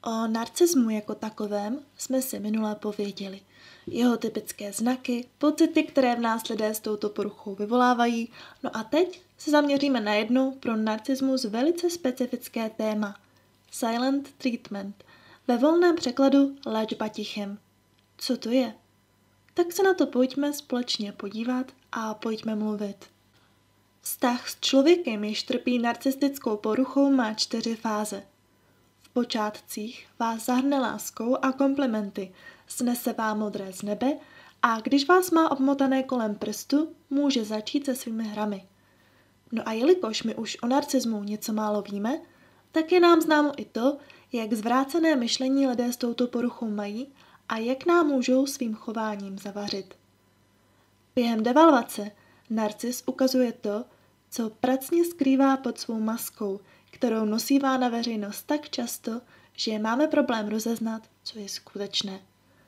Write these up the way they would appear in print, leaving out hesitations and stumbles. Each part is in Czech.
O narcismu jako takovém jsme si minule pověděli. Jeho typické znaky, pocity, které v nás lidé s touto poruchou vyvolávají. No a teď se zaměříme na jedno pro narcismus velice specifické téma. Silent treatment. Ve volném překladu léčba tichem. Co to je? Tak se na to pojďme společně podívat a pojďme mluvit. Vztah s člověkem, jež trpí narcistickou poruchou, má 4 fáze. V počátcích vás zahrne láskou a komplimenty, snese vám modré z nebe a když vás má obmotané kolem prstu, může začít se svými hrami. No a jelikož my už o narcismu něco málo víme, tak je nám známo i to, jak zvrácené myšlení lidé s touto poruchou mají a jak nám můžou svým chováním zavařit. Během devalvace narcis ukazuje to, co pracně skrývá pod svou maskou, kterou nosívá na veřejnost tak často, že máme problém rozeznat, co je skutečné.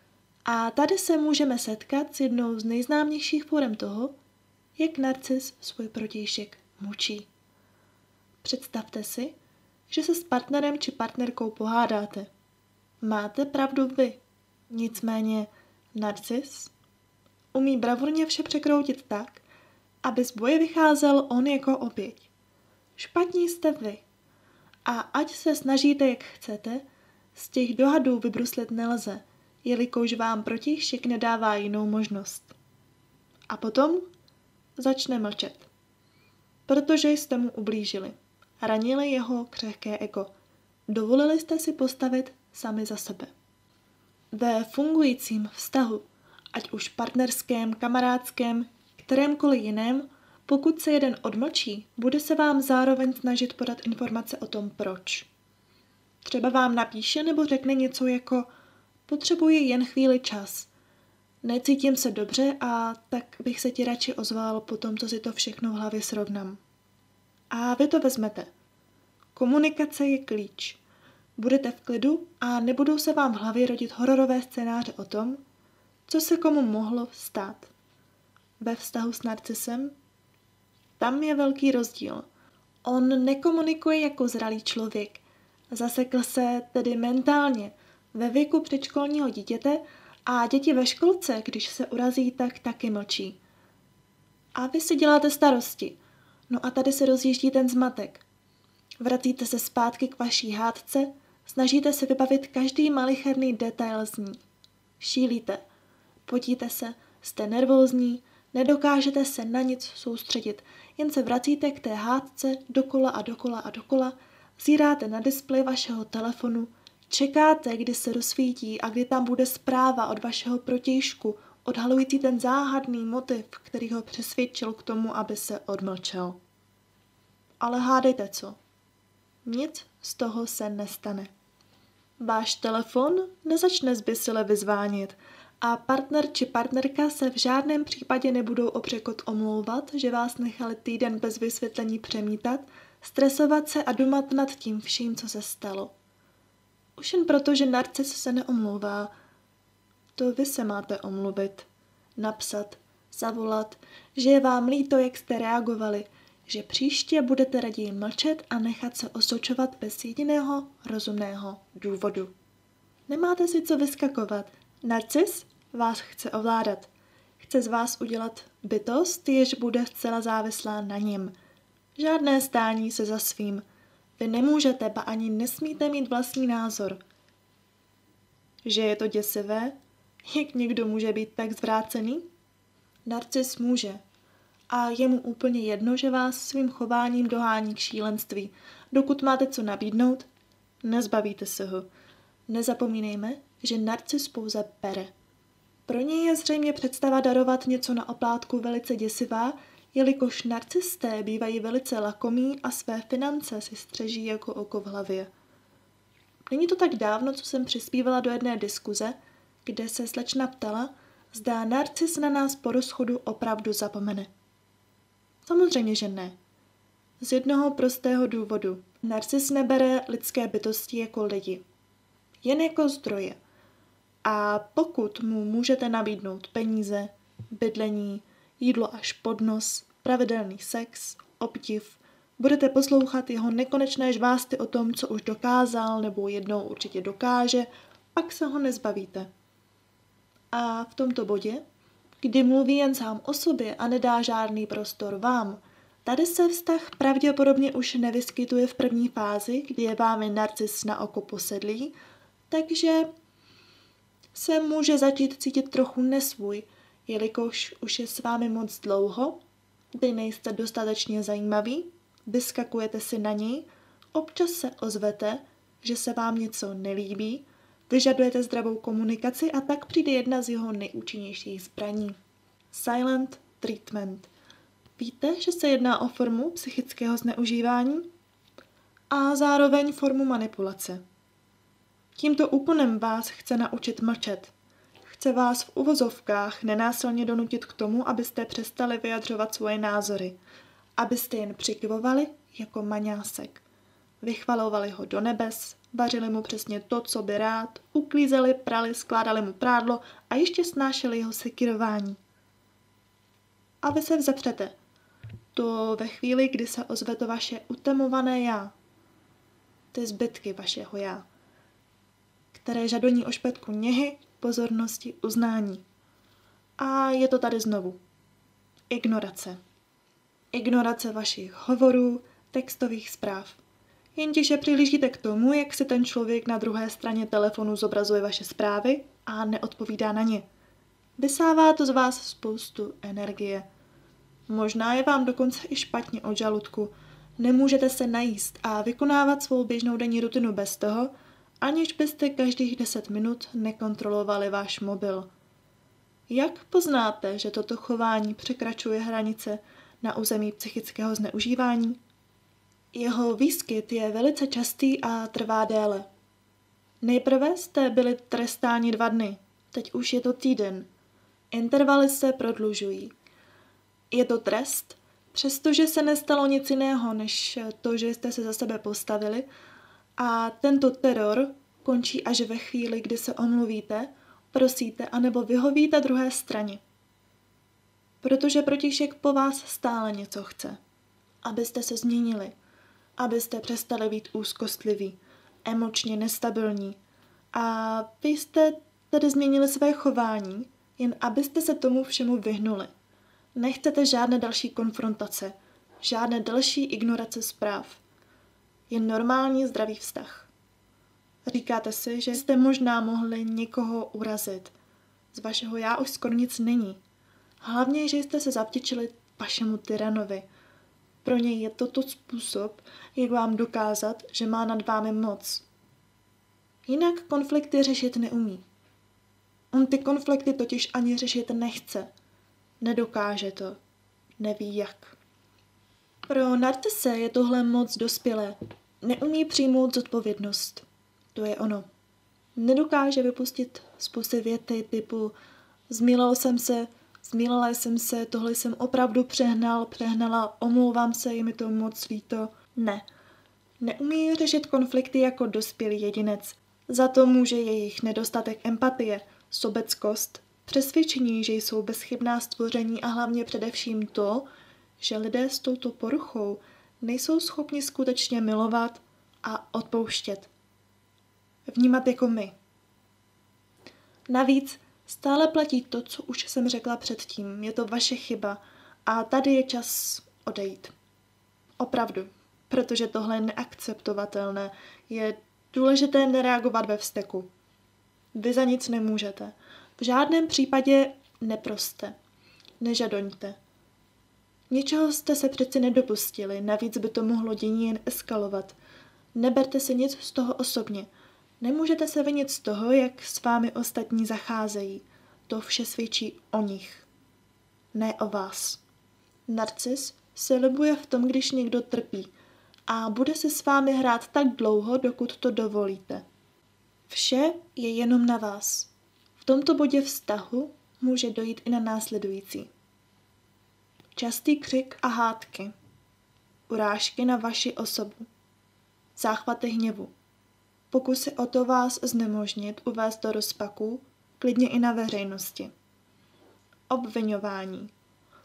A tady se můžeme setkat s jednou z nejznámějších forem toho, jak narcis svůj protějšek mučí. Představte si, že se s partnerem či partnerkou pohádáte. Máte pravdu vy, nicméně narcis umí bravurně vše překroutit tak, aby z boje vycházel on jako oběť. Špatní jste vy. A ať se snažíte, jak chcete, z těch dohadů vybruslit nelze, jelikož vám protějšek nedává jinou možnost. A potom začne mlčet. Protože jste mu ublížili. Ranili jeho křehké ego. Dovolili jste si postavit sami za sebe. Ve fungujícím vztahu, ať už partnerském, kamarádském, kterémkoliv jiném, pokud se jeden odmlčí, bude se vám zároveň snažit podat informace o tom, proč. Třeba vám napíše nebo řekne něco jako potřebuji jen chvíli čas. Necítím se dobře a tak bych se ti radši ozval po tom, co si to všechno v hlavě srovnám. A vy to vezmete. Komunikace je klíč. Budete v klidu a nebudou se vám v hlavě rodit hororové scénáře o tom, co se komu mohlo stát. Ve vztahu s narcisem tam je velký rozdíl. On nekomunikuje jako zralý člověk. Zasekl se tedy mentálně ve věku předškolního dítěte a děti ve školce, když se urazí, tak taky mlčí. A vy si děláte starosti. No a tady se rozjíždí ten zmatek. Vracíte se zpátky k vaší hádce, snažíte se vybavit každý malicherný detail z ní. Šílíte, potíte se, jste nervózní, nedokážete se na nic soustředit, jen se vracíte k té hádce dokola a dokola a dokola, zíráte na displej vašeho telefonu, čekáte, kdy se rozsvítí a kdy tam bude zpráva od vašeho protějšku, odhalující ten záhadný motiv, který ho přesvědčil k tomu, aby se odmlčel. Ale hádejte co? Nic z toho se nestane. Váš telefon nezačne zběsile vyzvánět a partner či partnerka se v žádném případě nebudou o překot omlouvat, že vás nechali týden bez vysvětlení přemítat, stresovat se a dumat nad tím vším, co se stalo. Už jen proto, že narcis se neomlouvá. To vy se máte omluvit, napsat, zavolat, že je vám líto, jak jste reagovali, že příště budete raději mlčet a nechat se osočovat bez jediného rozumného důvodu. Nemáte si co vyskakovat. Narcis vás chce ovládat. Chce z vás udělat bytost, jež bude zcela závislá na něm. Žádné stání se za svým. Vy nemůžete, ba ani nesmíte mít vlastní názor. Že je to děsivé? Jak někdo může být tak zvrácený? Narcis může. A je mu úplně jedno, že vás svým chováním dohání k šílenství. Dokud máte co nabídnout, nezbavíte se ho. Nezapomínejme, že narcis pouze bere. Pro něj je zřejmě představa darovat něco na oplátku velice děsivá, jelikož narcisté bývají velice lakomí a své finance si střeží jako oko v hlavě. Není to tak dávno, co jsem přispívala do jedné diskuze, kde se slečna ptala, zda narcis na nás po rozchodu opravdu zapomene. Samozřejmě, že ne. Z jednoho prostého důvodu. Narcis nebere lidské bytosti jako lidi. Jen jako zdroje. A pokud mu můžete nabídnout peníze, bydlení, jídlo až pod nos, pravidelný sex, obdiv, Budete poslouchat jeho nekonečné žvásty o tom, co už dokázal nebo jednou určitě dokáže, pak se ho nezbavíte. A v tomto bodě, kdy mluví jen sám o sobě a nedá žádný prostor vám, tady se vztah pravděpodobně už nevyskytuje v první fázi, kdy je vámi narcis na oko posedlý, takže se může začít cítit trochu nesvůj, jelikož už je s vámi moc dlouho, vy nejste dostatečně zajímaví, vyskakujete si na něj, občas se ozvete, že se vám něco nelíbí, vyžadujete zdravou komunikaci a tak přijde jedna z jeho nejúčinnějších zbraní. Silent treatment. Víte, že se jedná o formu psychického zneužívání a zároveň formu manipulace. Tímto úkonem vás chce naučit mlčet. Chce vás v uvozovkách nenásilně donutit k tomu, abyste přestali vyjadřovat svoje názory, abyste jen přikyvovali jako maňásek. Vychvalovali ho do nebes, vařili mu přesně to, co by rád, uklízeli, prali, skládali mu prádlo a ještě snášeli jeho sekirování. A vy se vzepřete. To ve chvíli, kdy se ozve to vaše utemované já. Ty zbytky vašeho já, které žadoní o špetku něhy, pozornosti, uznání. A je to tady znovu. Ignorace. Ignorace vašich hovorů, textových zpráv. Jen tiše přihlížíte k tomu, jak si ten člověk na druhé straně telefonu zobrazuje vaše zprávy a neodpovídá na ně. Vysává to z vás spoustu energie. Možná je vám dokonce i špatně od žaludku. Nemůžete se najíst a vykonávat svou běžnou denní rutinu bez toho, aniž byste každých 10 minut nekontrolovali váš mobil. Jak poznáte, že toto chování překračuje hranice na území psychického zneužívání? Jeho výskyt je velice častý a trvá déle. Nejprve jste byli trestáni 2 dny, teď už je to týden. Intervaly se prodlužují. Je to trest, přestože se nestalo nic jiného, než to, že jste se za sebe postavili, a tento teror končí až ve chvíli, kdy se omluvíte, prosíte anebo vyhovíte druhé straně. Protože protišek po vás stále něco chce. Abyste se změnili, abyste přestali být úzkostliví, emočně nestabilní. A vy jste tedy změnili své chování, jen abyste se tomu všemu vyhnuli. Nechcete žádné další konfrontace, žádné další ignorace zpráv. Jen normální zdravý vztah. Říkáte si, že jste možná mohli někoho urazit. Z vašeho já už skoro nic není. Hlavně, že jste se zavděčili vašemu tyranovi. Pro něj je toto způsob, jak vám dokázat, že má nad vámi moc. Jinak konflikty řešit neumí. On ty konflikty totiž ani řešit nechce. Nedokáže to. Neví jak. Pro narcise je tohle moc dospělé. Neumí přijmout zodpovědnost. To je ono. Nedokáže vypustit spousty věty typu zmiloval jsem se, tohle jsem opravdu přehnala, omlouvám se, je mi to moc líto. Ne. Neumí řešit konflikty jako dospělý jedinec. Za to může jejich nedostatek empatie, sobeckost, přesvědčení, že jsou bezchybná stvoření a hlavně především to, že lidé s touto poruchou nejsou schopni skutečně milovat a odpouštět. Vnímat jako my. Navíc stále platí to, co už jsem řekla předtím. Je to vaše chyba a tady je čas odejít. Opravdu, protože tohle je neakceptovatelné. Je důležité nereagovat ve vzteku. Vy za nic nemůžete. V žádném případě neproste. Nežadoňte. Ničeho jste se přeci nedopustili, navíc by to mohlo dění jen eskalovat. Neberte si nic z toho osobně. Nemůžete se vinit z toho, jak s vámi ostatní zacházejí. To vše svědčí o nich. Ne o vás. Narcis se libuje v tom, když někdo trpí a bude se s vámi hrát tak dlouho, dokud to dovolíte. Vše je jenom na vás. V tomto bodě vztahu může dojít i na následující. Častý křik a hádky. Urážky na vaši osobu. Záchvaty hněvu. Pokusy o to vás znemožnit, uvést do rozpaků, klidně i na veřejnosti. Obviňování.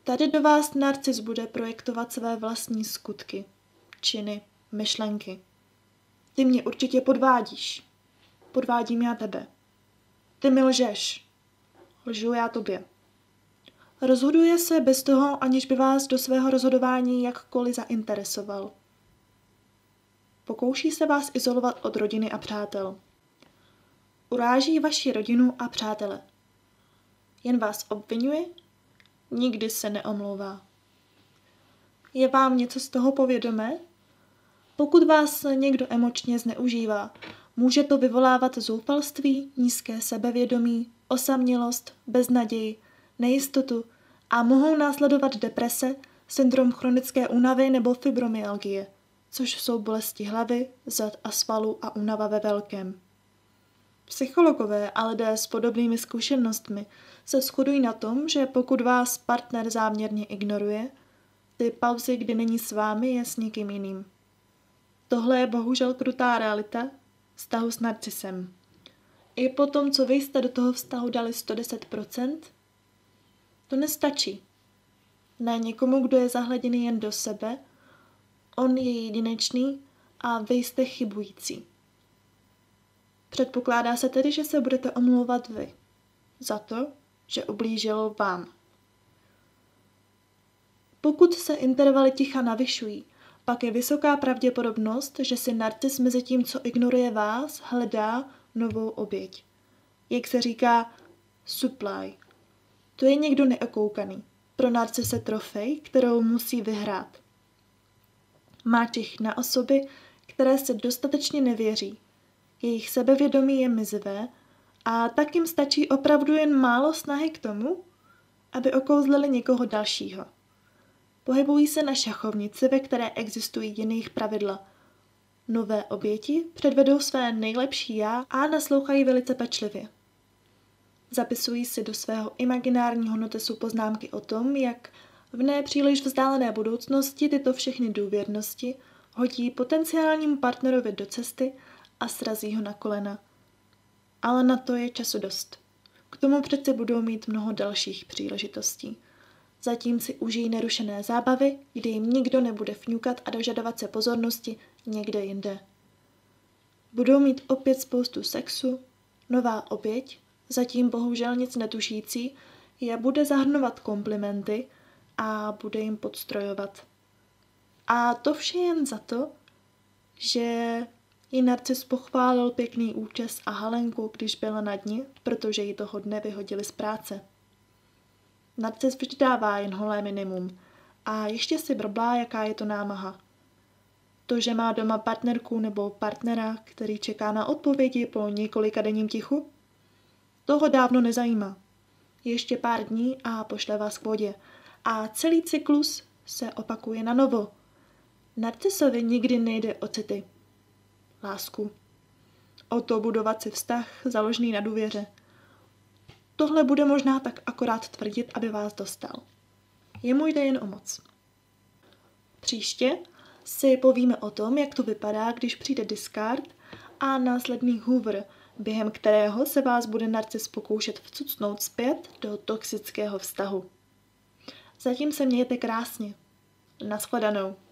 Tady do vás narcis bude projektovat své vlastní skutky, činy, myšlenky. Ty mě určitě podvádíš. Podvádím já tebe. Ty mi lžeš. Lžu já tobě. Rozhoduje se bez toho, aniž by vás do svého rozhodování jakkoliv zainteresoval. Pokouší se vás izolovat od rodiny a přátel. Uráží vaši rodinu a přátele. Jen vás obvinuje, nikdy se neomlouvá. Je vám něco z toho povědomé? Pokud vás někdo emočně zneužívá, může to vyvolávat zoufalství, nízké sebevědomí, osamělost, beznaději, nejistotu a mohou následovat deprese, syndrom chronické únavy nebo fibromyalgie, což jsou bolesti hlavy, zad a svalů a únava ve velkém. Psychologové a lidé s podobnými zkušenostmi se shodují na tom, že pokud vás partner záměrně ignoruje, ty pauzy, kdy není s vámi, je s někým jiným. Tohle je bohužel krutá realita vztahu s narcisem. I po tom, co vy jste do toho vztahu dali 110%, to nestačí. Ne někomu, kdo je zahleděný jen do sebe, on je jedinečný a vy jste chybující. Předpokládá se tedy, že se budete omlouvat vy za to, že ublížil vám. Pokud se intervaly ticha navyšují, pak je vysoká pravděpodobnost, že si narcis mezi tím, co ignoruje vás, hledá novou oběť. Jak se říká supply. To je někdo neokoukaný. Pro narcise trofej, kterou musí vyhrát. Má čich na osoby, které se dostatečně nevěří. Jejich sebevědomí je mizivé a tak jim stačí opravdu jen málo snahy k tomu, aby okouzlili někoho dalšího. Pohybují se na šachovnici, ve které existují jiných pravidla. Nové oběti předvedou své nejlepší já a naslouchají velice pečlivě. Zapisují si do svého imaginárního notesu poznámky o tom, jak v nepříliš vzdálené budoucnosti tyto všechny důvěrnosti hodí potenciálnímu partnerovi do cesty a srazí ho na kolena. Ale na to je času dost. K tomu přece budou mít mnoho dalších příležitostí. Zatím si užijí nerušené zábavy, kdy jim nikdo nebude fňukat a dožadovat se pozornosti někde jinde. Budou mít opět spoustu sexu, nová oběť, zatím bohužel nic netušící, je bude zahrnovat komplimenty a bude jim podstrojovat. A to vše jen za to, že jí narcis pochválil pěkný účes a halenku, když byla na dni, protože ji toho dne vyhodili z práce. Narcis vždy dává jen holé minimum a ještě si brblá, jaká je to námaha. To, že má doma partnerku nebo partnera, který čeká na odpovědi po několika denním tichu, toho dávno nezajímá. Ještě pár dní a pošle vás k vodě. A celý cyklus se opakuje na novo. Narcisovi nikdy nejde o city. Lásku. O to budovat si vztah založený na důvěře. Tohle bude možná tak akorát tvrdit, aby vás dostal. Jemu jde jen o moc. Příště si povíme o tom, jak to vypadá, když přijde discard a následný hoover, během kterého se vás bude narcis pokoušet vcucnout zpět do toxického vztahu. Zatím se mějte krásně. Nashledanou.